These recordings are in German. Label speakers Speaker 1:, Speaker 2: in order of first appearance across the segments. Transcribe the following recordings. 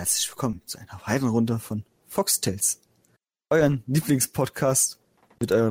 Speaker 1: herzlich willkommen zu einer weiteren Runde von Foxtails. Euren Lieblingspodcast mit euren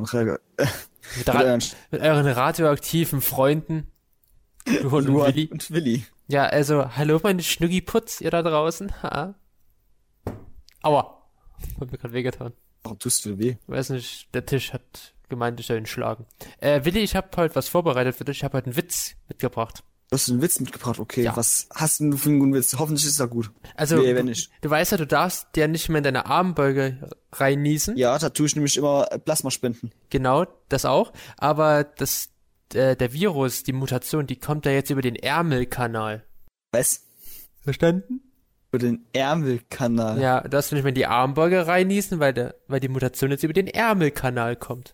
Speaker 2: radioaktiven Freunden.
Speaker 1: Luan und Willi.
Speaker 2: Ja, also, hallo meine Schnuggiputz, ihr da draußen. Ha? Aua. Hat mir gerade wehgetan.
Speaker 1: Warum tust du weh?
Speaker 2: Weiß nicht, der Tisch hat gemeint, ich soll ihn schlagen. Willi, ich habe heute was vorbereitet für dich. Ich habe heute einen Witz mitgebracht.
Speaker 1: Du hast einen Witz mitgebracht, okay.
Speaker 2: Ja.
Speaker 1: Was hast denn du für einen guten Witz? Hoffentlich ist er gut.
Speaker 2: Also,
Speaker 1: Nee, wenn nicht.
Speaker 2: du weißt ja, du darfst dir nicht mehr in deine Armbeuge reinniesen.
Speaker 1: Ja, da tue ich nämlich immer Plasma spenden.
Speaker 2: Genau, das auch. Aber der Virus, die Mutation, die kommt ja jetzt über den Ärmelkanal.
Speaker 1: Was?
Speaker 2: Verstanden?
Speaker 1: Über den Ärmelkanal.
Speaker 2: Ja, du darfst nicht mehr in die Armbeuge reinniesen, weil die Mutation jetzt über den Ärmelkanal kommt.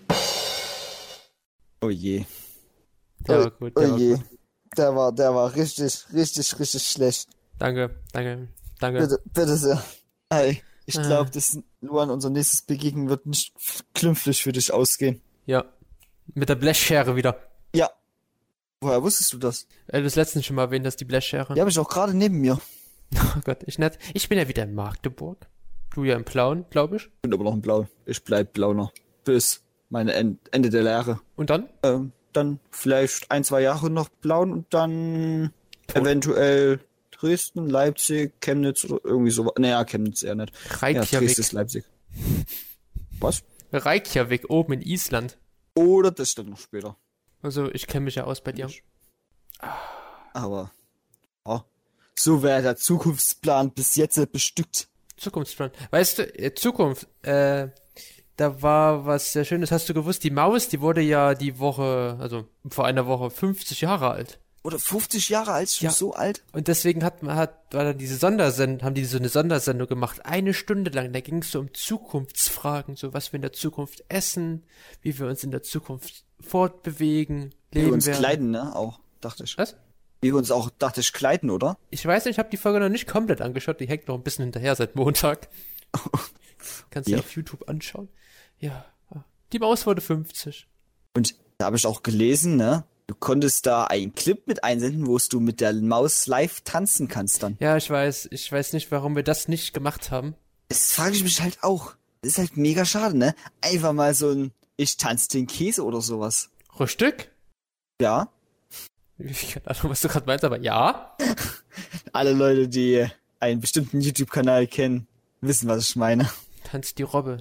Speaker 1: Oh je.
Speaker 2: Der war gut,
Speaker 1: Oh je.
Speaker 2: gut.
Speaker 1: Der war richtig schlecht.
Speaker 2: Danke.
Speaker 1: Bitte sehr. Hey, ich glaube, Luan, unser nächstes Begegnen wird nicht glimpflich für dich ausgehen.
Speaker 2: Ja. Mit der Blechschere wieder.
Speaker 1: Ja. Woher wusstest du das?
Speaker 2: Du hast letztens schon mal erwähnt, dass die Blechschere.
Speaker 1: Die habe ich auch gerade neben mir.
Speaker 2: Oh Gott, ich nicht. Ich bin ja wieder in Magdeburg. Du ja im Blauen, glaube ich.
Speaker 1: Ich bin aber noch in Blau. Ich bleib Blauner. Bis meine Ende der Lehre.
Speaker 2: Und dann?
Speaker 1: Dann vielleicht 1-2 Jahre noch Blauen und dann
Speaker 2: Tot.
Speaker 1: Eventuell Dresden, Leipzig, Chemnitz oder irgendwie so. Naja, Chemnitz eher nicht. Ja,
Speaker 2: Reykjavik.
Speaker 1: Dresden ist Leipzig. Was?
Speaker 2: Reykjavik, oben in Island.
Speaker 1: Oder das dann noch später.
Speaker 2: Also, ich kenne mich ja aus bei dir.
Speaker 1: Aber so wäre der Zukunftsplan bis jetzt bestückt.
Speaker 2: Zukunftsplan. Weißt du, Zukunft, da war was sehr Schönes. Hast du gewusst, die Maus, die wurde ja vor einer Woche 50 Jahre alt.
Speaker 1: Oder 50 Jahre alt, schon
Speaker 2: Ja.
Speaker 1: so alt?
Speaker 2: Und deswegen haben die so eine Sondersendung gemacht, 1 Stunde lang. Da ging es so um Zukunftsfragen, so was wir in der Zukunft essen, wie wir uns in der Zukunft fortbewegen,
Speaker 1: Wie wir
Speaker 2: leben
Speaker 1: uns
Speaker 2: werden.
Speaker 1: kleiden, ne? Auch, dachte ich.
Speaker 2: Was?
Speaker 1: Wie wir uns auch, dachte ich, kleiden, oder?
Speaker 2: Ich weiß nicht, ich habe die Folge noch nicht komplett angeschaut, die hängt noch ein bisschen hinterher seit Montag. Kannst du
Speaker 1: Ja.
Speaker 2: dir auf YouTube anschauen. Ja, die Maus wurde 50.
Speaker 1: Und da habe ich auch gelesen, ne? Du konntest da einen Clip mit einsenden, wo du mit der Maus live tanzen kannst dann.
Speaker 2: Ja, ich weiß nicht, warum wir das nicht gemacht haben.
Speaker 1: Das frage ich mich halt auch. Das ist halt mega schade, ne? Einfach mal so ein Ich tanz den Käse oder sowas.
Speaker 2: Rüstück?
Speaker 1: Ja.
Speaker 2: Ich keine Ahnung, was du gerade meinst, aber ja.
Speaker 1: Alle Leute, die einen bestimmten YouTube-Kanal kennen, wissen, was ich meine.
Speaker 2: Tanz die Robbe.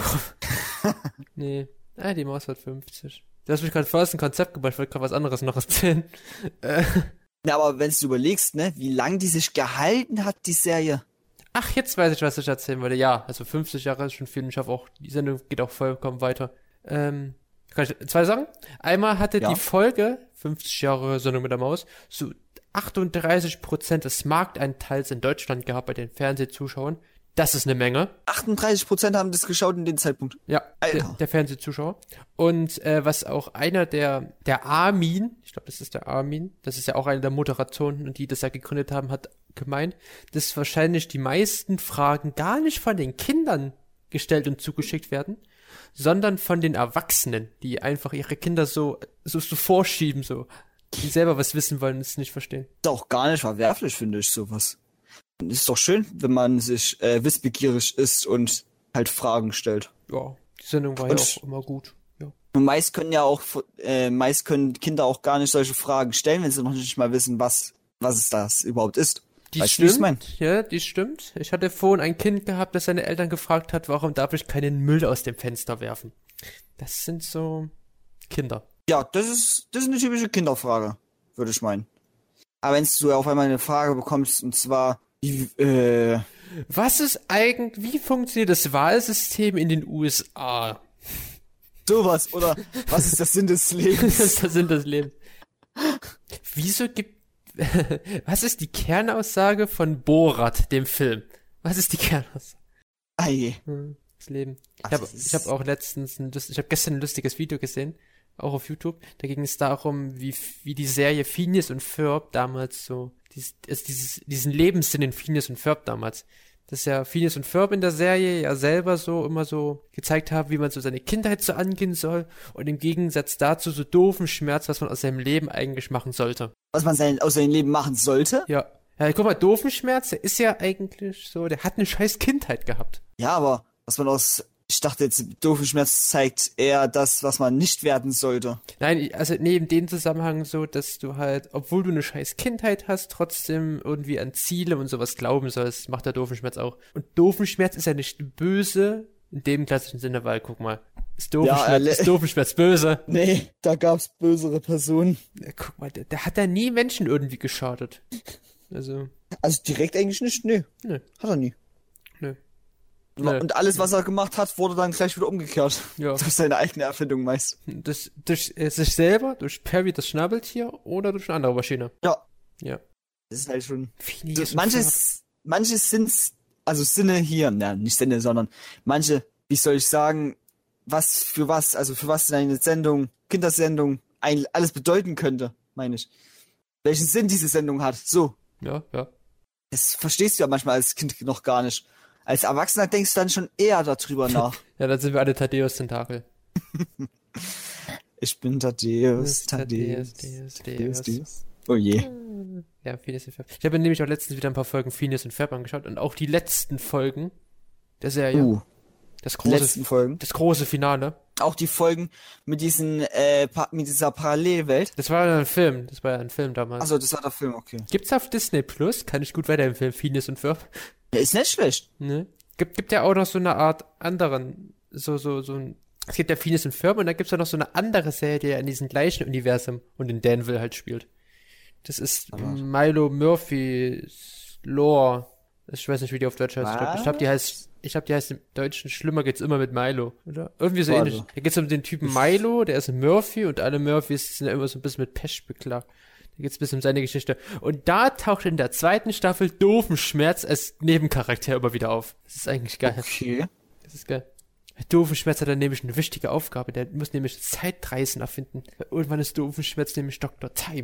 Speaker 2: Nee, die Maus wird 50. Du hast mich gerade voll aus dem Konzept gebracht, ich wollte gerade was anderes noch erzählen.
Speaker 1: Ja, aber wenn du überlegst, ne, wie lang die sich gehalten hat, die Serie.
Speaker 2: Ach, jetzt weiß ich, was ich erzählen wollte. Ja, also 50 Jahre ist schon viel und ich hoffe auch, die Sendung geht auch vollkommen weiter. Kann ich 2 sagen? Einmal hatte
Speaker 1: Ja.
Speaker 2: die Folge, 50 Jahre Sendung mit der Maus, so 38% des Markteinteils in Deutschland gehabt bei den Fernsehzuschauern. Das ist eine Menge.
Speaker 1: 38% haben das geschaut in dem Zeitpunkt.
Speaker 2: Ja,
Speaker 1: Alter.
Speaker 2: der Fernsehzuschauer. Und was auch einer der Armin, ich glaube, das ist der Armin, das ist ja auch einer der Moderatoren und die das ja gegründet haben, hat gemeint, dass wahrscheinlich die meisten Fragen gar nicht von den Kindern gestellt und zugeschickt werden, sondern von den Erwachsenen, die einfach ihre Kinder so vorschieben, so. Die selber was wissen wollen und es nicht verstehen.
Speaker 1: Ist auch gar nicht verwerflich, finde ich, sowas. Ist doch schön, wenn man sich wissbegierig ist und halt Fragen stellt.
Speaker 2: Ja, die Sendung war ja
Speaker 1: Und-
Speaker 2: auch immer gut. Ja.
Speaker 1: Und meist können Kinder auch gar nicht solche Fragen stellen, wenn sie noch nicht mal wissen, was es das überhaupt ist.
Speaker 2: Die
Speaker 1: Weißt du, wie ich's mein?
Speaker 2: stimmt, ja, die stimmt. Ich hatte vorhin ein Kind gehabt, das seine Eltern gefragt hat, warum darf ich keinen Müll aus dem Fenster werfen? Das sind so Kinder.
Speaker 1: Ja, das ist eine typische Kinderfrage, würde ich meinen. Aber wenn du auf einmal eine Frage bekommst, und zwar, wie
Speaker 2: funktioniert das Wahlsystem in den USA?
Speaker 1: sowas, oder was ist der Sinn des Lebens?
Speaker 2: Das ist der Sinn des Lebens. Was ist die Kernaussage von Borat, dem Film? Was ist die Kernaussage?
Speaker 1: Ei.
Speaker 2: Das Leben.
Speaker 1: Also
Speaker 2: Ich habe auch gestern ein lustiges Video gesehen, auch auf YouTube. Da ging es darum, wie die Serie Phineas und Ferb damals so, diesen Lebenssinn in Phineas und Ferb damals. Dass ja Phineas und Ferb in der Serie ja selber so immer so gezeigt haben, wie man so seine Kindheit so angehen soll und im Gegensatz dazu so doofen Schmerz, was man aus seinem Leben eigentlich machen sollte.
Speaker 1: Was man aus seinem Leben machen sollte?
Speaker 2: Ja. Ja, guck mal, Doofenschmerz, der ist ja eigentlich so, der hat eine scheiß Kindheit gehabt.
Speaker 1: Ja, aber ich dachte jetzt, Doofenschmerz zeigt eher das, was man nicht werden sollte.
Speaker 2: Nein, also in dem Zusammenhang so, dass du halt, obwohl du eine scheiß Kindheit hast, trotzdem irgendwie an Ziele und sowas glauben sollst, macht der Doofenschmerz auch. Und Doofenschmerz ist ja nicht böse in dem klassischen Sinne, weil, guck mal, ist Doofenschmerz böse?
Speaker 1: Nee, da gab's bösere Personen.
Speaker 2: Ja, guck mal, der hat da nie Menschen irgendwie geschadet. Also
Speaker 1: direkt eigentlich nicht, nee.
Speaker 2: Nö.
Speaker 1: Hat er nie.
Speaker 2: Nö.
Speaker 1: Und alles, was er gemacht hat, wurde dann gleich wieder umgekehrt.
Speaker 2: Ja.
Speaker 1: Durch seine eigene Erfindung meist.
Speaker 2: Durch sich selber, durch Perry das Schnabeltier oder durch eine andere Maschine.
Speaker 1: Ja.
Speaker 2: Ja.
Speaker 1: Das ist halt schon...
Speaker 2: Phineas
Speaker 1: Manche sind's, also Sinne hier, nicht Sinne, sondern manche, wie soll ich sagen, für was eine Sendung, Kindersendung, alles bedeuten könnte, meine ich. Welchen Sinn diese Sendung hat, so.
Speaker 2: Ja.
Speaker 1: Das verstehst du ja manchmal als Kind noch gar nicht. Als Erwachsener denkst du dann schon eher darüber nach.
Speaker 2: Ja, dann sind wir alle Thaddeus-Tentakel.
Speaker 1: Ich bin Thaddeus. Oh je.
Speaker 2: Ja, Phineas und Ferb. Ich habe nämlich auch letztens wieder ein paar Folgen Phineas und Ferb angeschaut und auch die letzten Folgen der Serie. Das große Finale.
Speaker 1: Auch die Folgen mit mit dieser Parallelwelt.
Speaker 2: Das war ja ein Film. Das war ja ein Film damals.
Speaker 1: Achso, das war der Film, okay.
Speaker 2: Gibt's auf Disney Plus? Kann ich gut weiterempfehlen, Phineas und Ferb.
Speaker 1: Der ist nicht schlecht.
Speaker 2: Ne? Gibt ja auch noch so eine Art anderen, so ein, es gibt ja Phineas und Ferb und dann gibt's ja noch so eine andere Serie, die ja in diesem gleichen Universum und in Danville halt spielt. Das ist Milo Murphy's Lore. Ich weiß nicht, wie die auf Deutsch heißt. Ich glaube, die heißt im Deutschen Schlimmer geht's immer mit Milo, oder? Irgendwie so ähnlich. Da geht's um den Typen Milo, der ist ein Murphy und alle Murphys sind ja immer so ein bisschen mit Pech beklagt. Da geht's ein bisschen um seine Geschichte. Und da taucht in der zweiten Staffel Doofenschmerz als Nebencharakter immer wieder auf. Das ist eigentlich geil.
Speaker 1: Okay.
Speaker 2: Das ist geil. Doofenschmerz hat dann nämlich eine wichtige Aufgabe. Der muss nämlich Zeitreisen erfinden. Irgendwann ist Doofenschmerz nämlich Dr. Time.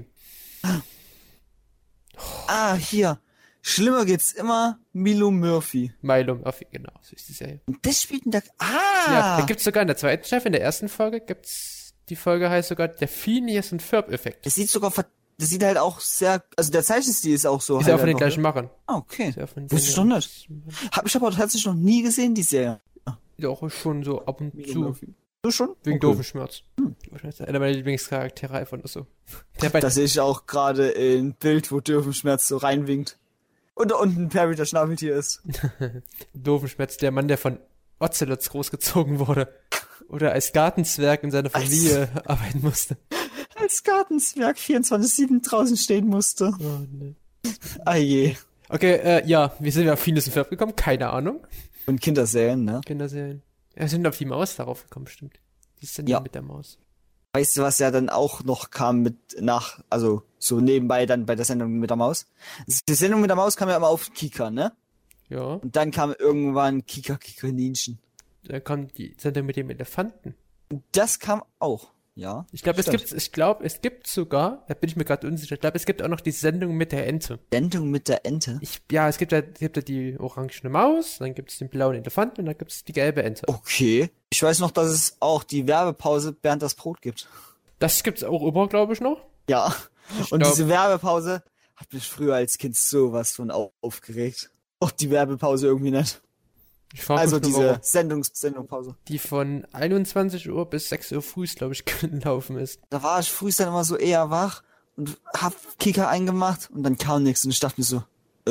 Speaker 1: Hier. Schlimmer geht's immer Milo Murphy.
Speaker 2: Milo Murphy, genau. So ist die Serie.
Speaker 1: Und das spielt in der...
Speaker 2: Ja, da gibt's sogar in der zweiten Staffel, in der ersten Folge die Folge heißt sogar der Phineas und Ferb-Effekt.
Speaker 1: Das sieht halt auch sehr... Also der Zeichenstil ist auch so...
Speaker 2: Ist ja von den gleichen Machern.
Speaker 1: Ah, okay. Wusste ich doch nicht. Hab ich aber tatsächlich noch nie gesehen, die Serie.
Speaker 2: Ja, auch schon so ab und
Speaker 1: Milo
Speaker 2: zu.
Speaker 1: Murphy. Du schon?
Speaker 2: Wegen Doofenschmerz. Wahrscheinlich einer meiner Lieblingscharaktere einfach oder so.
Speaker 1: Da sehe ich auch gerade ein Bild, wo Doofenschmerz so reinwinkt. Und da unten Perry, der Schnabeltier ist.
Speaker 2: Doofenschmerz, der Mann, der von Ocelots großgezogen wurde. Oder als Gartenzwerg in seiner Familie arbeiten musste.
Speaker 1: Als Gartenzwerg 24/7 draußen stehen musste.
Speaker 2: Oh, ne.
Speaker 1: Ah je.
Speaker 2: Okay, wie sind wir auf Phineas und Ferb gekommen? Keine Ahnung.
Speaker 1: Und Kinderserien, ne?
Speaker 2: Kinderserien. Ja, sind auf die Maus darauf gekommen, bestimmt. Die ist dann mit der Maus.
Speaker 1: Weißt du, was ja dann auch noch kam also so nebenbei dann bei der Sendung mit der Maus? Die Sendung mit der Maus kam ja immer auf Kika, ne?
Speaker 2: Ja.
Speaker 1: Und dann kam irgendwann Kika-Kikaninchen.
Speaker 2: Da kam die Sendung mit dem Elefanten.
Speaker 1: Das kam auch, ja.
Speaker 2: Ich glaube, es gibt sogar, da bin ich mir gerade unsicher, ich glaube, es gibt auch noch die Sendung mit der Ente.
Speaker 1: Sendung mit der Ente?
Speaker 2: Es gibt ja die orangene Maus, dann gibt es den blauen Elefanten und dann gibt es die gelbe Ente.
Speaker 1: Okay. Ich weiß noch, dass es auch die Werbepause während das Brot gibt.
Speaker 2: Das gibt's auch immer, glaube ich, noch.
Speaker 1: Ja. Diese Werbepause hat mich früher als Kind sowas von aufgeregt. Auch die Werbepause irgendwie nicht. Also diese Sendungspause.
Speaker 2: Die von 21 Uhr bis 6 Uhr früh, glaube ich, gelaufen ist.
Speaker 1: Da war ich früh dann immer so eher wach und hab Kika eingemacht und dann kam nichts und ich dachte mir so,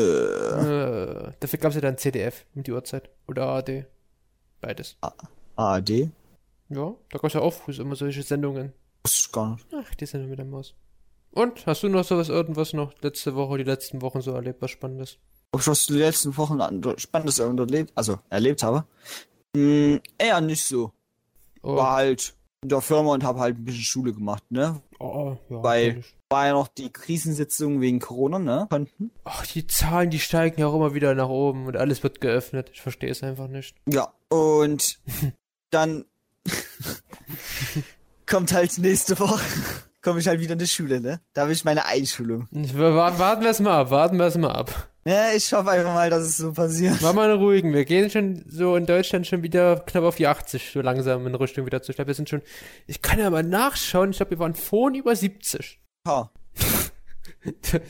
Speaker 2: Dafür gab's ja dann CDF um die Uhrzeit. Oder ARD. Beides.
Speaker 1: ARD?
Speaker 2: Ja, da gab's ja auch früh immer solche Sendungen.
Speaker 1: Das ist gar nicht.
Speaker 2: Ach, die Sendung mit der Maus. Und, hast du noch irgendwas noch die letzten Wochen so erlebt, was Spannendes?
Speaker 1: Ob ich was die letzten Wochen Spannendes erlebt habe? Eher nicht so.
Speaker 2: Oh.
Speaker 1: War halt in der Firma und habe halt ein bisschen Schule gemacht, ne?
Speaker 2: Oh, ja.
Speaker 1: Weil war ja noch die Krisensitzung wegen Corona, ne?
Speaker 2: Ach, die Zahlen, die steigen ja auch immer wieder nach oben und alles wird geöffnet. Ich verstehe es einfach nicht.
Speaker 1: Ja, und dann kommt halt nächste Woche, komme ich halt wieder in die Schule, ne? Da habe ich meine Einschulung.
Speaker 2: Warten wir es mal ab.
Speaker 1: Ja, ich hoffe einfach mal, dass es so passiert.
Speaker 2: Mach mal ruhigen. Wir gehen schon so in Deutschland schon wieder knapp auf die 80, so langsam in Richtung wieder zu. Ich glaube, wir sind schon, ich kann ja mal nachschauen, ich glaube, wir waren vorhin über 70.
Speaker 1: Ha.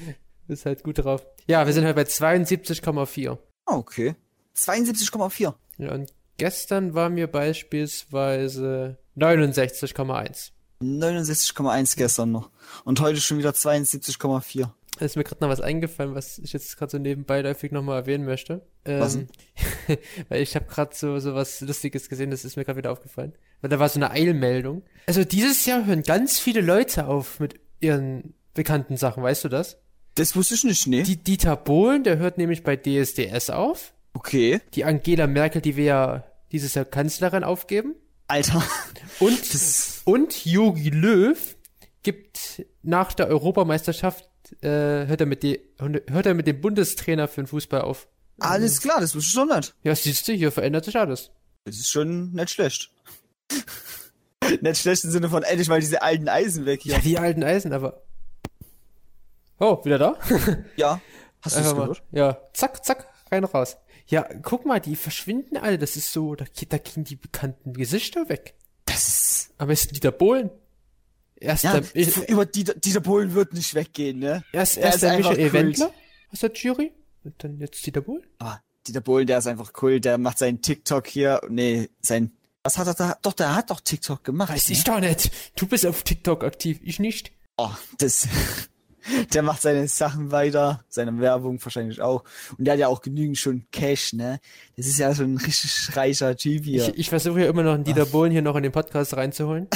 Speaker 2: Ist halt gut drauf. Ja, wir sind halt bei 72,4.
Speaker 1: Ah, okay. 72,4.
Speaker 2: Ja, und gestern waren wir beispielsweise 69,1.
Speaker 1: 69,1 gestern noch. Und heute schon wieder 72,4.
Speaker 2: Da ist mir gerade noch was eingefallen, was ich jetzt gerade so nebenbeiläufig nochmal erwähnen möchte.
Speaker 1: Was denn?
Speaker 2: Weil ich habe gerade so was Lustiges gesehen, das ist mir gerade wieder aufgefallen. Weil da war so eine Eilmeldung. Also dieses Jahr hören ganz viele Leute auf mit ihren bekannten Sachen, weißt du das?
Speaker 1: Das wusste ich nicht, nee.
Speaker 2: Die Dieter Bohlen, der hört nämlich bei DSDS auf.
Speaker 1: Okay.
Speaker 2: Die Angela Merkel, die wir ja dieses Jahr Kanzlerin aufgeben.
Speaker 1: Alter.
Speaker 2: Und Jogi Löw gibt nach der Europameisterschaft hört er mit dem Bundestrainer für den Fußball auf.
Speaker 1: Alles klar, das wusste ich schon nicht.
Speaker 2: Ja, siehst du, hier verändert sich alles.
Speaker 1: Das ist schon nicht schlecht. Nicht schlecht im Sinne von endlich mal diese alten Eisen weg hier.
Speaker 2: Ja, die alten Eisen, aber... Oh, wieder da?
Speaker 1: Ja. Hast du das gehört?
Speaker 2: Ja, zack, zack, rein, raus. Ja, guck mal, die verschwinden alle. Das ist so, da gehen die bekannten Gesichter weg.
Speaker 1: Das ist...
Speaker 2: Am besten Dieter Bohlen.
Speaker 1: Über Dieter Bohlen wird nicht weggehen, ne?
Speaker 2: Erst der Michael Wendler aus der Jury und dann jetzt Dieter Bohlen.
Speaker 1: Aber Dieter Bohlen, der ist einfach cool. Der macht seinen TikTok hier. Nee, was hat er da? Doch, der hat doch TikTok gemacht.
Speaker 2: Weiß ich doch nicht. Du bist auf TikTok aktiv, ich nicht.
Speaker 1: Oh, der macht seine Sachen weiter, seine Werbung wahrscheinlich auch. Und der hat ja auch genügend schon Cash, ne? Das ist ja schon ein richtig reicher Typ hier.
Speaker 2: Ich versuche ja immer noch einen Dieter Bohlen hier noch in den Podcast reinzuholen.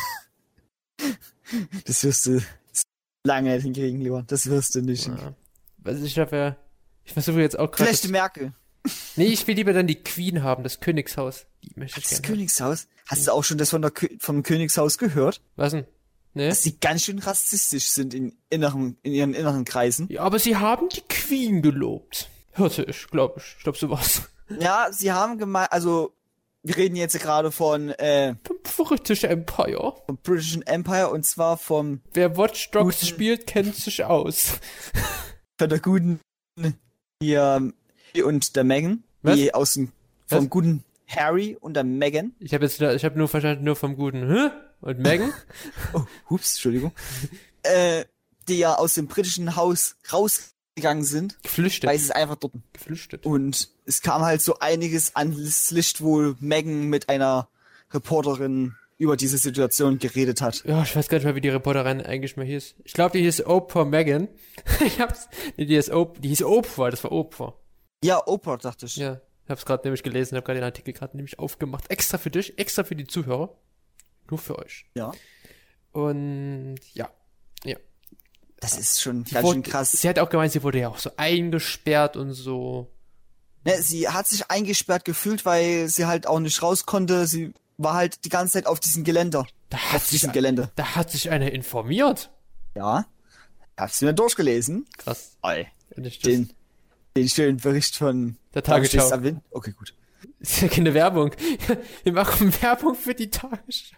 Speaker 1: Das wirst du lange nicht hinkriegen, lieber. Das wirst du nicht hinkriegen.
Speaker 2: Also ich versuche jetzt auch gerade...
Speaker 1: Vielleicht die Merkel.
Speaker 2: Nee, ich will lieber dann die Queen haben, das Königshaus. Die möchte ich
Speaker 1: das
Speaker 2: gerne.
Speaker 1: Königshaus? Hast du auch schon das vom Königshaus gehört?
Speaker 2: Was denn? Ne?
Speaker 1: Dass sie ganz schön rassistisch sind in ihren inneren Kreisen.
Speaker 2: Ja, aber sie haben die Queen gelobt. Hörte ich, glaube ich. Ich glaube, so was.
Speaker 1: Ja, sie haben gemeint, also wir reden jetzt gerade vom
Speaker 2: British Empire.
Speaker 1: Vom British Empire und zwar vom...
Speaker 2: Wer Watch Dogs spielt, kennt sich aus.
Speaker 1: Von der guten hier und der Meghan.
Speaker 2: Was?
Speaker 1: Die vom guten Harry und der Meghan.
Speaker 2: Ich habe nur verstanden, nur vom guten und Meghan.
Speaker 1: Oh, hups, Entschuldigung. Die ja aus dem britischen Haus rausgegangen sind.
Speaker 2: Geflüchtet.
Speaker 1: Weil es ist einfach dort.
Speaker 2: Geflüchtet.
Speaker 1: Und es kam halt so einiges ans Licht, wo Meghan mit einer Reporterin über diese Situation geredet hat.
Speaker 2: Ja, ich weiß gar nicht mehr, wie die Reporterin eigentlich mal hieß. Ich glaube, die hieß Oprah Meghan. Die hieß Oprah, das war Oprah.
Speaker 1: Ja, Oprah, dachte ich.
Speaker 2: Ja, hab's gerade nämlich gelesen, hab gerade den Artikel gerade nämlich aufgemacht. Extra für dich, extra für die Zuhörer. Nur für euch.
Speaker 1: Ja.
Speaker 2: Und ja.
Speaker 1: Das ist schon ganz schön krass.
Speaker 2: Sie hat auch gemeint, sie wurde ja auch so eingesperrt und so.
Speaker 1: Ne, sie hat sich eingesperrt gefühlt, weil sie halt auch nicht raus konnte. Sie war halt die ganze Zeit auf diesem Geländer.
Speaker 2: Da hat sich einer informiert.
Speaker 1: Ja. Hab's mir durchgelesen.
Speaker 2: Krass.
Speaker 1: Oi. Den schönen Bericht von
Speaker 2: der Tagesschau.
Speaker 1: Okay, gut.
Speaker 2: Ist ja keine Werbung. Wir machen Werbung für die Tagesschau.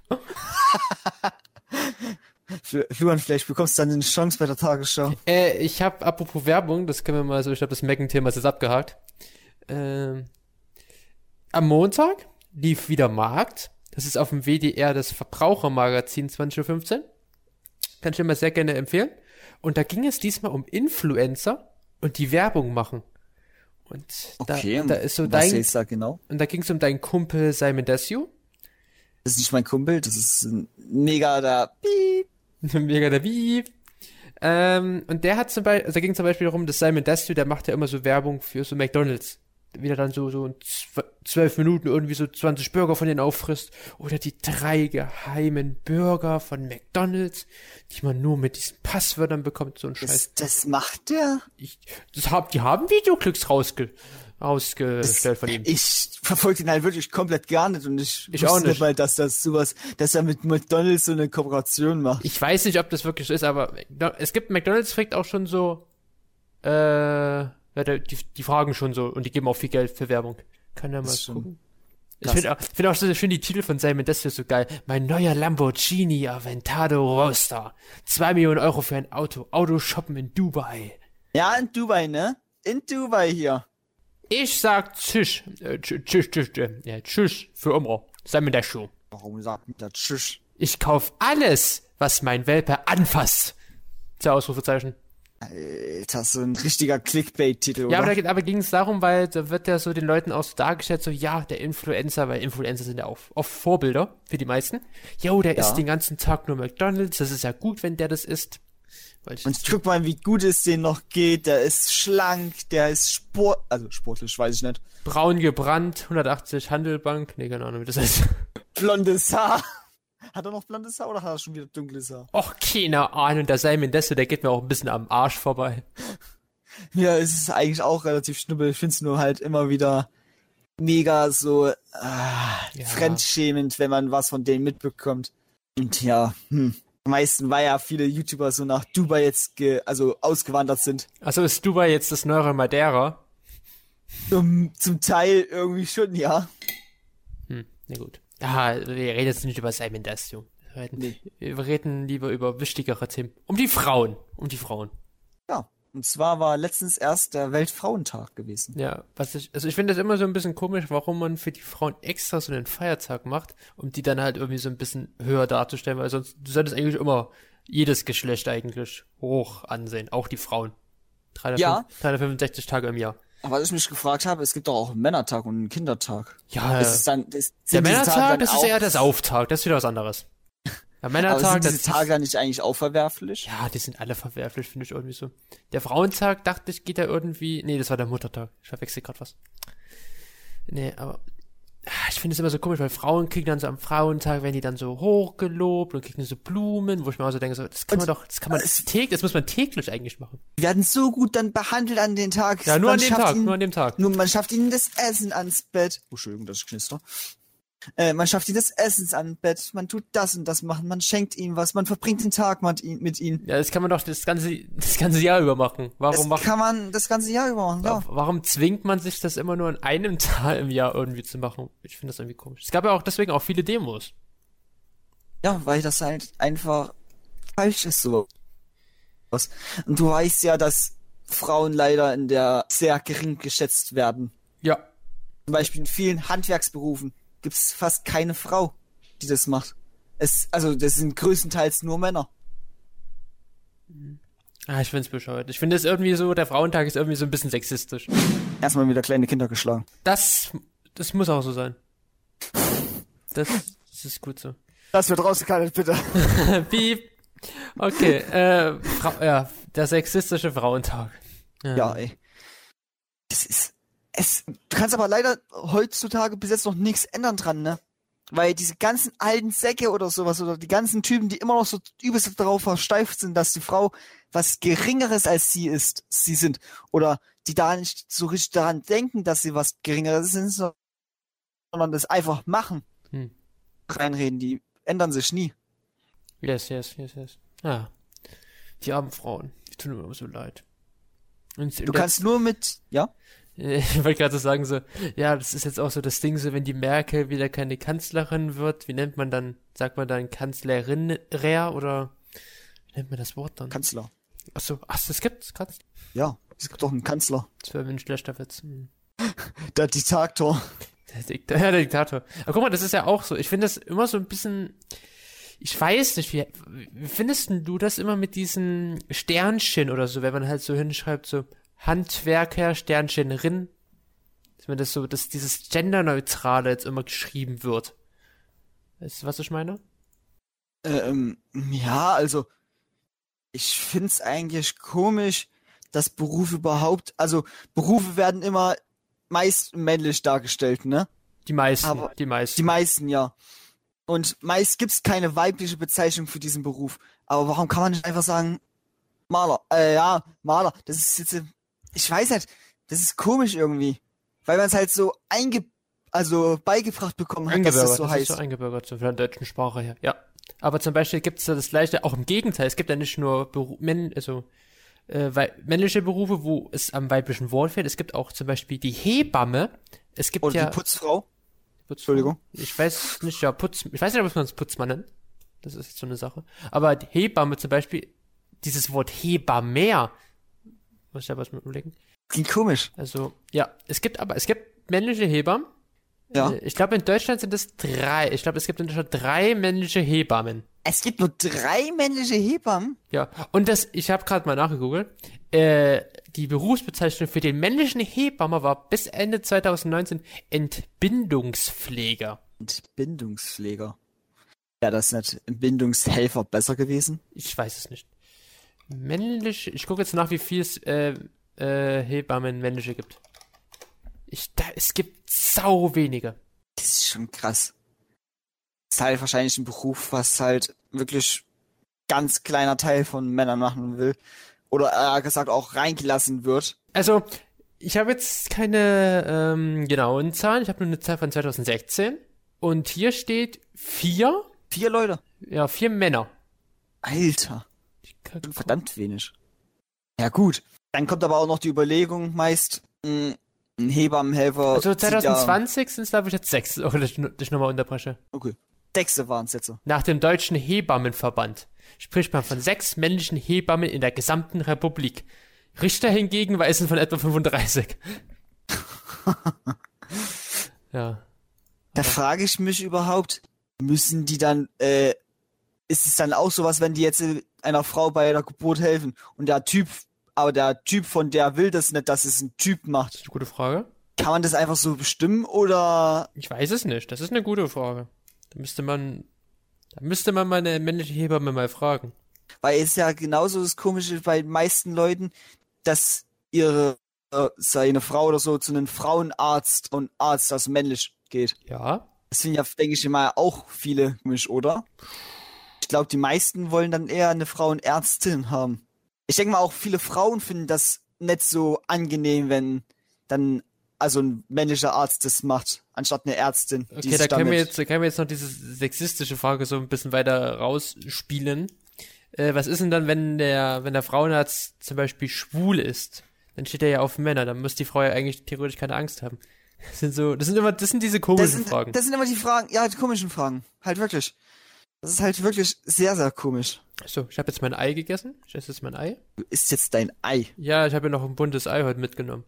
Speaker 1: Florian, vielleicht bekommst du dann eine Chance bei der Tagesschau.
Speaker 2: Ich habe, apropos Werbung, das können wir mal so, ich glaube, das Megan-Thema ist jetzt abgehakt. Am Montag lief wieder Markt. Das ist auf dem WDR das Verbrauchermagazin 20.15 Uhr. Kann ich dir mal sehr gerne empfehlen. Und da ging es diesmal um Influencer und die Werbung machen. Und
Speaker 1: okay,
Speaker 2: da ist so
Speaker 1: was ist da genau?
Speaker 2: Und da ging es um deinen Kumpel Simon Desue.
Speaker 1: Das ist nicht mein Kumpel, das ist ein mega der Piep.
Speaker 2: Mega der Piep. Und der hat da ging zum Beispiel darum, dass Simon Desue, der macht ja immer so Werbung für so McDonald's. Wieder dann so in 12 Minuten irgendwie so 20 Burger von denen auffrisst. Oder die 3 geheimen Burger von McDonald's, die man nur mit diesen Passwörtern bekommt, so ein Scheiß.
Speaker 1: Das macht der?
Speaker 2: Die haben Videoclips rausgestellt von ihm.
Speaker 1: Ich verfolge den halt wirklich komplett gar nicht und ich
Speaker 2: auch nicht.
Speaker 1: Nicht mal, dass er mit McDonald's so eine Kooperation macht.
Speaker 2: Ich weiß nicht, ob das wirklich so ist, aber es gibt McDonald's fragt auch schon so, die fragen schon so und die geben auch viel Geld für Werbung. Kann ja mal gucken. Ich finde auch so schön die Titel von Simon Desue so geil. Mein neuer Lamborghini Aventador Roadster. 2 Millionen Euro für ein Auto. Autoshoppen in Dubai.
Speaker 1: Ja, in Dubai, ne? In Dubai hier.
Speaker 2: Ich sag Tschüss. Tschüss für immer. Simon Desue.
Speaker 1: Warum sagt man das Tschüss?
Speaker 2: Ich kauf alles, was mein Welpe anfasst. 2 Ausrufezeichen.
Speaker 1: Alter, so ein richtiger Clickbait-Titel,
Speaker 2: Ja,
Speaker 1: oder?
Speaker 2: aber ging es darum, weil da wird ja so den Leuten auch so dargestellt, so, ja, der Influencer, weil Influencer sind ja auch oft Vorbilder für die meisten. Jo, der isst den ganzen Tag nur McDonald's, das ist ja gut, wenn der das isst.
Speaker 1: Und guck mal, wie gut es denen noch geht, der ist schlank, der ist sportlich, weiß ich nicht.
Speaker 2: Braun gebrannt, 180 Handelbank, nee, keine Ahnung, wie das heißt.
Speaker 1: Blondes Haar. Hat er noch blondes Haar oder hat er schon wieder dunkles Haar?
Speaker 2: Och, keine Ahnung, der Simon Desue, der geht mir auch ein bisschen am Arsch vorbei.
Speaker 1: Ja, es ist eigentlich auch relativ schnubbel. Ich find's nur halt immer wieder mega so fremdschämend, wenn man was von denen mitbekommt. Und ja, am meisten, weil ja viele YouTuber so nach Dubai jetzt ausgewandert sind.
Speaker 2: Also ist Dubai jetzt das neuere Madeira?
Speaker 1: Zum Teil irgendwie schon, ja.
Speaker 2: Na gut. Ja, wir reden jetzt nicht über Simon Desue. Wir reden lieber über wichtigere Themen. Um die Frauen.
Speaker 1: Ja, und zwar war letztens erst der Weltfrauentag gewesen.
Speaker 2: Ja, ich finde das immer so ein bisschen komisch, warum man für die Frauen extra so einen Feiertag macht, um die dann halt irgendwie so ein bisschen höher darzustellen, weil sonst, du solltest eigentlich immer jedes Geschlecht eigentlich hoch ansehen, auch die Frauen. 365 Tage im Jahr.
Speaker 1: Aber was ich mich gefragt habe, es gibt doch auch einen Männertag und einen Kindertag.
Speaker 2: Ja,
Speaker 1: der
Speaker 2: Männertag, das ist eher das Auftag, das ist wieder was anderes. Der Männertag,
Speaker 1: aber sind diese Tage dann nicht eigentlich auch verwerflich?
Speaker 2: Ja, die sind alle verwerflich, finde ich irgendwie so. Der Frauentag, dachte ich, geht ja irgendwie... Nee, das war der Muttertag. Ich verwechsel gerade was. Nee, aber... Ich finde es immer so komisch, weil Frauen kriegen dann so am Frauentag, werden die dann so hochgelobt und kriegen so Blumen, wo ich mir auch so denke, so, das muss man täglich eigentlich machen.
Speaker 1: Die werden so gut dann behandelt an den Tag.
Speaker 2: Ja, nur an dem Tag.
Speaker 1: Nur man schafft ihnen das Essen ans Bett. Oh, Entschuldigung, das ist Knister. Man schafft ihnen das Essen ans Bett, man tut das und das machen, man schenkt ihnen was, man verbringt den Tag mit ihnen.
Speaker 2: Ja, das kann man doch das ganze Jahr über machen.
Speaker 1: Kann man das ganze Jahr über machen, ja.
Speaker 2: Warum zwingt man sich das immer nur an einem Tag im Jahr irgendwie zu machen? Ich finde das irgendwie komisch. Es gab ja auch deswegen auch viele Demos.
Speaker 1: Ja, weil das halt einfach falsch ist so. Und du weißt ja, dass Frauen leider in der sehr gering geschätzt werden.
Speaker 2: Ja.
Speaker 1: Zum Beispiel in vielen Handwerksberufen gibt's fast keine Frau, die das macht. Das sind größtenteils nur Männer.
Speaker 2: Ich find's bescheuert. Ich finde es irgendwie so, der Frauentag ist irgendwie so ein bisschen sexistisch.
Speaker 1: Erstmal wieder kleine Kinder geschlagen.
Speaker 2: Das muss auch so sein. Das ist gut so.
Speaker 1: Das wird rausgekaltet, bitte.
Speaker 2: Piep. Okay, der sexistische Frauentag.
Speaker 1: Ja, ey. Du kannst aber leider heutzutage bis jetzt noch nichts ändern dran, ne? Weil diese ganzen alten Säcke oder sowas oder die ganzen Typen, die immer noch so übelst darauf versteift sind, dass die Frau was Geringeres als sie sind. Oder die da nicht so richtig daran denken, dass sie was Geringeres sind, sondern das einfach machen. Reinreden, die ändern sich nie.
Speaker 2: Yes. Ja. Die armen Frauen, die tun mir immer so leid.
Speaker 1: Du kannst nur ja?
Speaker 2: Ich wollte gerade so sagen, so, ja, das ist jetzt auch so das Ding, so, wenn die Merkel wieder keine Kanzlerin wird, wie nennt man dann, sagt man dann Kanzlerin oder, wie nennt man das Wort dann?
Speaker 1: Kanzler.
Speaker 2: Achso, das gibt's, Kanzler?
Speaker 1: Ja, es gibt doch einen Kanzler.
Speaker 2: Das wäre ein schlechter Witz.
Speaker 1: Der Diktator.
Speaker 2: Der Diktator. Aber guck mal, das ist ja auch so, ich finde das immer so ein bisschen, ich weiß nicht, wie findest du das immer mit diesen Sternchen oder so, wenn man halt so hinschreibt, so, Handwerker, Sterncherin, dass dieses Genderneutrale jetzt immer geschrieben wird. Weißt du, was ich meine?
Speaker 1: Ja, also ich find's eigentlich komisch, dass Berufe werden immer meist männlich dargestellt, ne?
Speaker 2: Die meisten.
Speaker 1: Die meisten, ja. Und meist gibt's keine weibliche Bezeichnung für diesen Beruf. Aber warum kann man nicht einfach sagen, Maler? Maler. Das ist jetzt, ich weiß nicht, das ist komisch irgendwie. Weil man es halt so beigebracht bekommen hat, dass das so heißt.
Speaker 2: Das ist so eingebürgert, so von der deutschen Sprache her. Ja. Aber zum Beispiel gibt es ja das Gleiche, auch im Gegenteil. Es gibt ja nicht nur männliche Berufe, wo es am weiblichen Wort fehlt. Es gibt auch zum Beispiel die Hebamme. Es gibt
Speaker 1: oder die Putzfrau. Entschuldigung.
Speaker 2: Ich weiß nicht, ob man es Putzmann nennt. Das ist jetzt so eine Sache. Aber die Hebamme zum Beispiel, dieses Wort Hebammer, muss ich da was mit überlegen?
Speaker 1: Klingt komisch.
Speaker 2: Also, ja, es gibt männliche Hebammen.
Speaker 1: Ja.
Speaker 2: Ich glaube, in Deutschland sind es 3. Ich glaube, es gibt in Deutschland 3 männliche Hebammen.
Speaker 1: Es gibt nur 3 männliche Hebammen?
Speaker 2: Ja, und ich habe gerade mal nachgegoogelt, die Berufsbezeichnung für den männlichen Hebammer war bis Ende 2019 Entbindungspfleger.
Speaker 1: Entbindungspfleger. Wäre das nicht Entbindungshelfer besser gewesen?
Speaker 2: Ich weiß es nicht. Männlich, ich gucke jetzt nach, wie viel es Hebammen männliche gibt. Es gibt sau wenige.
Speaker 1: Das ist schon krass. Das ist halt wahrscheinlich ein Beruf, was halt wirklich ganz kleiner Teil von Männern machen will. Oder eher gesagt auch reingelassen wird.
Speaker 2: Also, ich habe jetzt keine genauen Zahlen. Ich habe nur eine Zahl von 2016. Und hier steht 4.
Speaker 1: 4 Leute?
Speaker 2: Ja, 4 Männer.
Speaker 1: Alter. Verdammt wenig. Ja gut. Dann kommt aber auch noch die Überlegung meist, ein Hebammenhelfer...
Speaker 2: Also 2020 sind es, glaube ich, jetzt 6. Oh, dass ich nochmal unterbreche.
Speaker 1: Okay. 6 waren es jetzt so.
Speaker 2: Nach dem Deutschen Hebammenverband spricht man von 6 männlichen Hebammen in der gesamten Republik. Richter hingegen weisen von etwa 35. Ja.
Speaker 1: Da frage ich mich überhaupt, müssen die dann, ist es dann auch sowas, wenn die jetzt einer Frau bei der Geburt helfen und der Typ von der will das nicht, dass es ein Typ macht?
Speaker 2: Das ist eine gute Frage.
Speaker 1: Kann man das einfach so bestimmen oder?
Speaker 2: Ich weiß es nicht. Das ist eine gute Frage. Da müsste man mal eine männliche Hebamme mal fragen.
Speaker 1: Weil es ja genauso das Komische bei den meisten Leuten, dass seine Frau oder so zu einem Frauenarzt und Arzt, das männlich geht.
Speaker 2: Ja.
Speaker 1: Das sind ja, denke ich mal, auch viele komisch, oder? Ich glaube, die meisten wollen dann eher eine Frauenärztin haben. Ich denke mal, auch viele Frauen finden das nicht so angenehm, wenn dann also ein männlicher Arzt das macht, anstatt eine Ärztin.
Speaker 2: Okay, da können wir jetzt noch diese sexistische Frage so ein bisschen weiter rausspielen. Was ist denn dann, wenn der Frauenarzt zum Beispiel schwul ist? Dann steht er ja auf Männer, dann muss die Frau ja eigentlich theoretisch keine Angst haben. Das sind diese komischen Fragen.
Speaker 1: Das sind immer die Fragen, ja, die komischen Fragen. Halt wirklich. Das ist halt wirklich sehr, sehr komisch.
Speaker 2: So, ich habe jetzt mein Ei gegessen. Ich esse jetzt mein Ei.
Speaker 1: Du isst jetzt dein Ei?
Speaker 2: Ja, ich habe ja noch ein buntes Ei heute mitgenommen.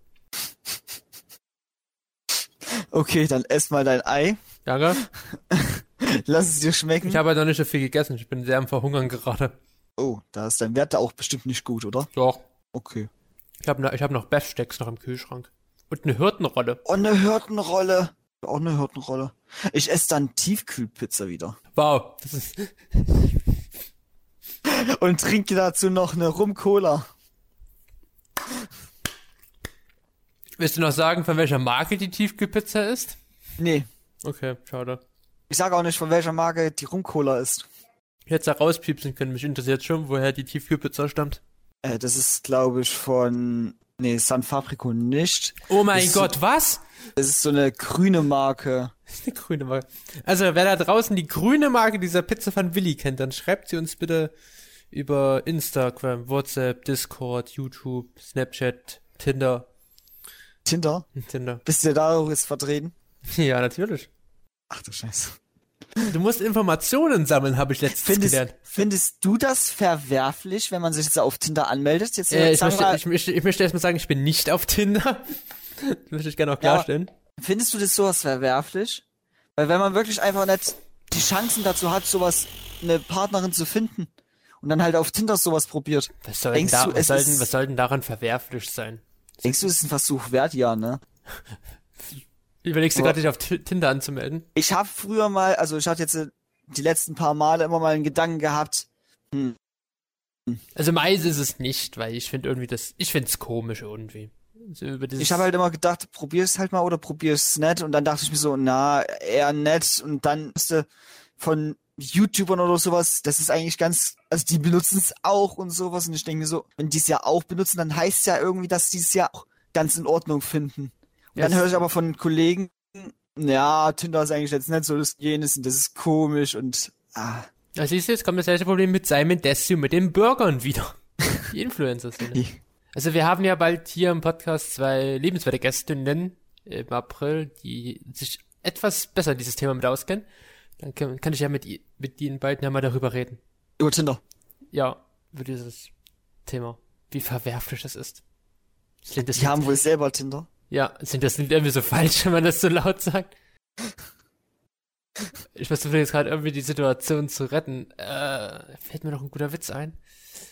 Speaker 1: Okay, dann ess mal dein Ei.
Speaker 2: Danke.
Speaker 1: Lass es dir schmecken.
Speaker 2: Ich habe halt noch nicht so viel gegessen. Ich bin sehr am Verhungern gerade.
Speaker 1: Oh, da ist dein Wert auch bestimmt nicht gut, oder?
Speaker 2: Doch.
Speaker 1: Okay.
Speaker 2: Ich hab noch Beefsteaks noch im Kühlschrank. Und eine Hirtenrolle.
Speaker 1: Oh, eine Hirtenrolle. Auch eine Hirtenrolle. Ich esse dann Tiefkühlpizza wieder.
Speaker 2: Wow. Das ist
Speaker 1: und trinke dazu noch eine Rum-Cola.
Speaker 2: Willst du noch sagen, von welcher Marke die Tiefkühlpizza ist?
Speaker 1: Nee.
Speaker 2: Okay, schade.
Speaker 1: Ich sage auch nicht, von welcher Marke die Rum-Cola ist.
Speaker 2: Ich hätte es da rauspiepsen können. Mich interessiert schon, woher die Tiefkühlpizza stammt.
Speaker 1: Das ist, glaube ich, von... Nee, San Fabrico nicht.
Speaker 2: Oh mein Gott, was?
Speaker 1: Das ist so eine grüne Marke.
Speaker 2: Das ist eine grüne Marke. Also, wer da draußen die grüne Marke dieser Pizza von Willi kennt, dann schreibt sie uns bitte über Instagram, WhatsApp, Discord, YouTube, Snapchat, Tinder.
Speaker 1: Tinder?
Speaker 2: Tinder.
Speaker 1: Bist du da auch jetzt vertreten?
Speaker 2: Ja, natürlich.
Speaker 1: Ach du Scheiße.
Speaker 2: Du musst Informationen sammeln, habe ich letztens gelernt.
Speaker 1: Findest du das verwerflich, wenn man sich jetzt auf Tinder anmeldet? Jetzt,
Speaker 2: ich möchte erstmal sagen, ich bin nicht auf Tinder. Das möchte ich gerne auch klarstellen.
Speaker 1: Ja, findest du das sowas verwerflich? Weil wenn man wirklich einfach nicht die Chancen dazu hat, eine Partnerin zu finden und dann halt auf Tinder sowas probiert.
Speaker 2: Was soll denn daran verwerflich sein?
Speaker 1: Denkst du, es ist ein Versuch wert? Ja, ne?
Speaker 2: Überlegst du gerade, dich auf Tinder anzumelden?
Speaker 1: Ich habe früher mal, also ich hatte jetzt die letzten paar Male immer mal einen Gedanken gehabt.
Speaker 2: Also meist ist es nicht, weil ich finde es komisch irgendwie. Also
Speaker 1: ich habe halt immer gedacht, probier es halt mal oder probier es nicht. Und dann dachte ich mir so, na, eher nett. Und dann von YouTubern oder sowas, das ist eigentlich also die benutzen es auch und sowas. Und ich denke mir so, wenn die es ja auch benutzen, dann heißt es ja irgendwie, dass die es ja auch ganz in Ordnung finden. Und dann höre ich aber von Kollegen, ja, Tinder ist eigentlich jetzt nicht so das jenes und das ist komisch und
Speaker 2: Also siehst du, jetzt kommt das gleiche Problem mit Simon Desue, mit den Burgern wieder. Die Influencer-Szene. Also wir haben ja bald hier im Podcast 2 lebenswerte Gästinnen im April, die sich etwas besser dieses Thema mit auskennen. Dann kann ich ja mit ihnen bald mal darüber reden.
Speaker 1: Über Tinder?
Speaker 2: Ja, über dieses Thema. Wie verwerflich das ist.
Speaker 1: Die haben wohl selber Tinder?
Speaker 2: Ja, das nicht irgendwie so falsch, wenn man das so laut sagt? Ich versuche jetzt gerade irgendwie die Situation zu retten. Fällt mir noch ein guter Witz ein.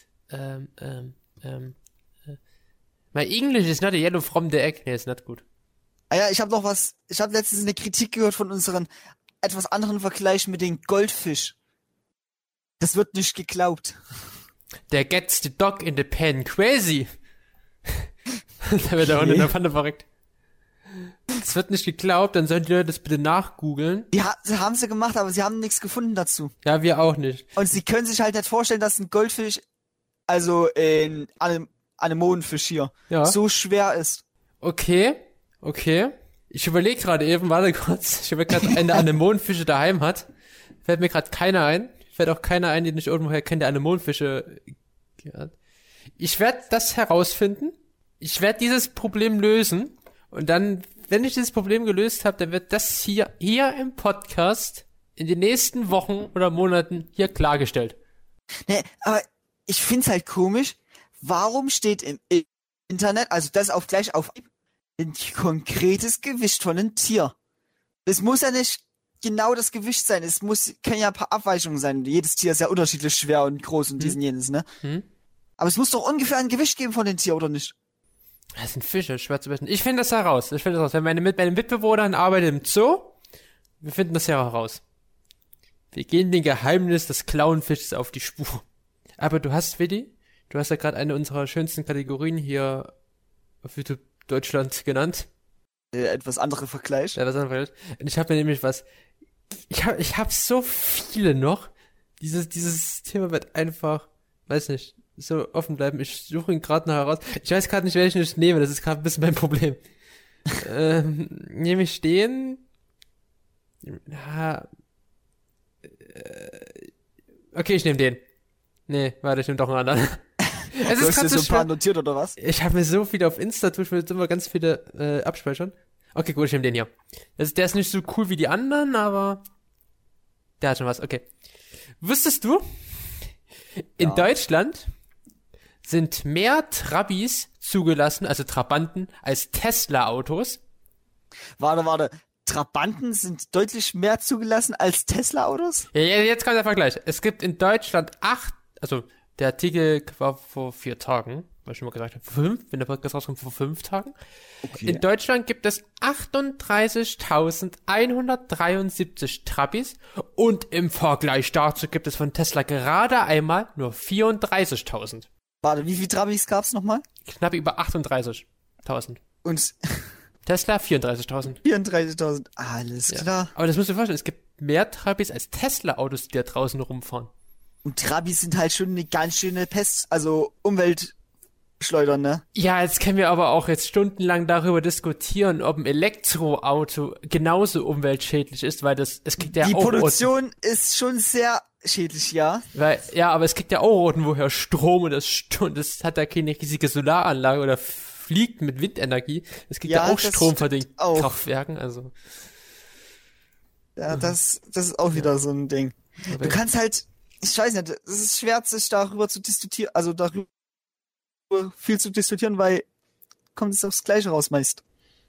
Speaker 2: My English is not a yellow from the egg. Nee, ist nicht gut.
Speaker 1: Ah ja, ich habe letztens eine Kritik gehört von unseren etwas anderen Vergleich mit dem Goldfisch. Das wird nicht geglaubt.
Speaker 2: Der gets the dog in the pen crazy. Da wird der Hund in der Pfanne verreckt. Das wird nicht geglaubt, dann sollen die Leute das bitte nachgoogeln.
Speaker 1: Sie haben sie gemacht, aber sie haben nichts gefunden dazu.
Speaker 2: Ja, wir auch nicht.
Speaker 1: Und sie können sich halt nicht vorstellen, dass ein Goldfisch, also ein Anemonenfisch hier, so schwer ist.
Speaker 2: Okay. Ich überlege gerade eben, warte kurz. Ich überlege gerade, eine Anemonenfische daheim hat. Fällt mir gerade keiner ein. Fällt auch keiner ein, den ich irgendwoher kenne, der Anemonenfische hat. Ich werde das herausfinden. Ich werde dieses Problem lösen. Und dann, wenn ich dieses Problem gelöst habe, dann wird das hier im Podcast in den nächsten Wochen oder Monaten hier klargestellt.
Speaker 1: Nee, aber ich find's halt komisch. Warum steht im Internet, also das gleich auf ein konkretes Gewicht von einem Tier? Es muss ja nicht genau das Gewicht sein. Kann ja ein paar Abweichungen sein. Jedes Tier ist ja unterschiedlich schwer und groß und dies und jenes, ne? Aber es muss doch ungefähr ein Gewicht geben von dem Tier, oder nicht?
Speaker 2: Das sind Fische, schwer zu messen. Ich finde das heraus. Wenn meine Mitbewohnerin arbeitet im Zoo, wir finden das ja heraus. Wir gehen dem Geheimnis des Clownfisches auf die Spur. Aber du hast ja gerade eine unserer schönsten Kategorien hier auf YouTube Deutschland genannt.
Speaker 1: Etwas andere Vergleich.
Speaker 2: Ja, was anderes. Und ich habe mir nämlich ich habe so viele noch. Dieses Thema wird einfach, weiß nicht, so offen bleiben. Ich suche ihn gerade noch heraus. Ich weiß gerade nicht, welchen ich nehme. Das ist gerade ein bisschen mein Problem. Nehme ich den? Okay, ich nehme den. Nee, warte, ich nehme doch einen anderen. Es ist gerade so ein paar
Speaker 1: notiert, oder was?
Speaker 2: Ich habe mir so viele auf Insta, ich will jetzt immer ganz viele abspeichern. Okay, gut, ich nehme den hier. Der ist nicht so cool wie die anderen, aber der hat schon was. Okay. Wusstest du, in Deutschland sind mehr Trabis zugelassen, also Trabanten, als Tesla-Autos?
Speaker 1: Warte. Trabanten sind deutlich mehr zugelassen als Tesla-Autos?
Speaker 2: Ja, jetzt kommt der Vergleich. Es gibt in Deutschland der Artikel war vor 4 Tagen, was ich schon mal gesagt habe, 5, wenn der Podcast rauskommt, vor 5 Tagen. Okay. In Deutschland gibt es 38.173 Trabis und im Vergleich dazu gibt es von Tesla gerade einmal nur 34.000.
Speaker 1: Warte, wie viele Trabis gab's nochmal?
Speaker 2: Knapp über 38.000.
Speaker 1: Und
Speaker 2: Tesla 34.000.
Speaker 1: 34.000, alles klar.
Speaker 2: Aber das musst du dir vorstellen, es gibt mehr Trabis als Tesla-Autos, die da draußen rumfahren.
Speaker 1: Und Trabis sind halt schon eine ganz schöne Pest, also Umweltschleudern, ne?
Speaker 2: Ja, jetzt können wir aber auch jetzt stundenlang darüber diskutieren, ob ein Elektroauto genauso umweltschädlich ist, weil es kriegt ja
Speaker 1: die
Speaker 2: auch... Die
Speaker 1: Produktion ist schon sehr schädlich, ja.
Speaker 2: Aber es kriegt ja auch woher Strom und das hat ja keine riesige Solaranlage oder fliegt mit Windenergie. Es kriegt ja auch Strom von den Kraftwerken, also...
Speaker 1: Ja, das ist auch wieder so ein Ding. Aber du kannst halt... Ich weiß nicht, es ist schwer, sich darüber zu diskutieren, also darüber viel zu diskutieren, weil kommt es aufs Gleiche raus meist.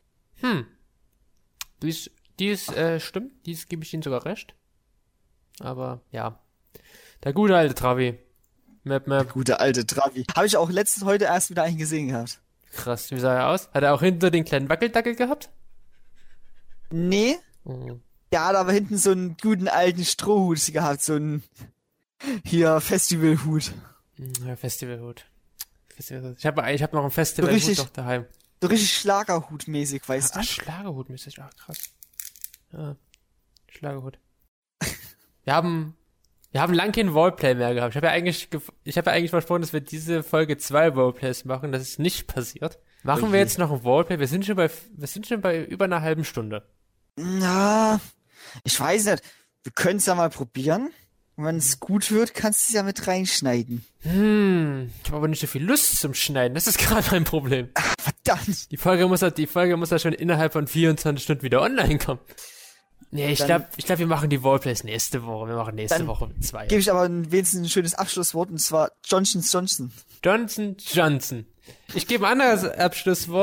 Speaker 2: Dies stimmt, dies gebe ich Ihnen sogar recht. Aber, ja. Der gute alte Trabi. Map.
Speaker 1: Der gute alte Trabi. Habe ich auch heute erst wieder einen gesehen gehabt.
Speaker 2: Krass, wie sah er aus? Hat er auch hinter den kleinen Wackeldackel gehabt?
Speaker 1: Nee. Der hat aber hinten so einen guten alten Strohhut gehabt, so einen Festivalhut.
Speaker 2: Ja, Festivalhut. Ich hab noch einen Festivalhut noch daheim.
Speaker 1: So richtig Schlagerhut-mäßig, weißt du?
Speaker 2: Schlagerhut-mäßig, krass. Ja, Schlagerhut. Wir haben lang kein Roleplay mehr gehabt. Ich habe ja eigentlich versprochen, dass wir diese Folge 2 Roleplays machen. Das ist nicht passiert. Machen wir jetzt noch ein Roleplay? Wir sind schon bei über einer halben Stunde.
Speaker 1: Na, ich weiß nicht. Wir können es ja mal probieren. Und wenn es gut wird, kannst du es ja mit reinschneiden.
Speaker 2: Ich habe aber nicht so viel Lust zum Schneiden. Das ist gerade mein Problem.
Speaker 1: Ach, verdammt.
Speaker 2: Die Folge muss ja schon innerhalb von 24 Stunden wieder online kommen. Nee, ich glaube, wir machen die Roleplays nächste Woche. Wir machen nächste Woche mit 2.
Speaker 1: Gebe ich aber wenigstens ein schönes Abschlusswort, und zwar Johnson.
Speaker 2: Johnson. Ich gebe ein anderes Abschlusswort.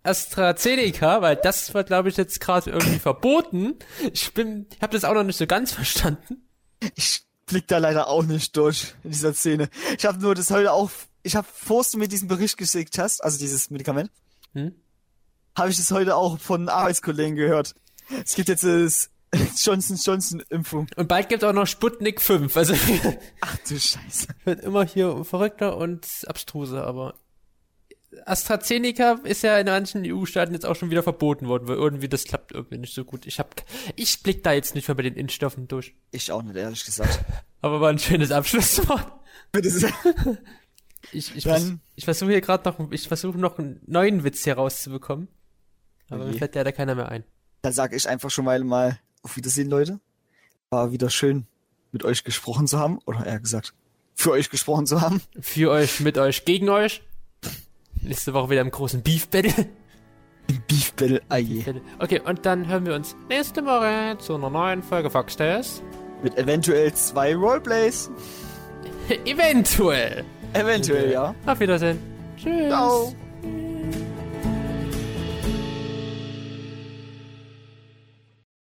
Speaker 2: AstraZeneca, weil das wird, glaube ich, jetzt gerade irgendwie verboten. Ich habe das auch noch nicht so ganz verstanden.
Speaker 1: Ich blick da leider auch nicht durch in dieser Szene. Ich habe nur das heute auch, bevor du mir diesen Bericht geschickt hast, also dieses Medikament, habe ich das heute auch von Arbeitskollegen gehört. Es gibt jetzt das Johnson-Johnson-Impfung.
Speaker 2: Und bald gibt es auch noch Sputnik 5. Also
Speaker 1: Ach du Scheiße.
Speaker 2: wird immer hier verrückter und abstruser, aber AstraZeneca ist ja in manchen EU-Staaten jetzt auch schon wieder verboten worden, weil irgendwie das klappt irgendwie nicht so gut. Ich blick da jetzt nicht mehr bei den Impfstoffen durch.
Speaker 1: Ich auch nicht, ehrlich gesagt.
Speaker 2: Aber war ein schönes Abschlusswort.
Speaker 1: Bitte sehr.
Speaker 2: Ich versuche hier gerade noch einen neuen Witz hier rauszubekommen. Aber mir fällt da keiner mehr ein.
Speaker 1: Dann sage ich einfach schon mal auf Wiedersehen, Leute. War wieder schön, mit euch gesprochen zu haben. Oder eher gesagt, für euch gesprochen zu haben.
Speaker 2: Für euch, mit euch, gegen euch. Nächste Woche wieder im großen Beef-Battle.
Speaker 1: Im Beef-Battle, aye.
Speaker 2: Okay, und dann hören wir uns nächste Woche zu einer neuen Folge Foxtales.
Speaker 1: Mit eventuell 2 Roleplays.
Speaker 2: Eventuell.
Speaker 1: Eventuell, ja.
Speaker 2: Auf Wiedersehen. Tschüss.
Speaker 1: Ciao.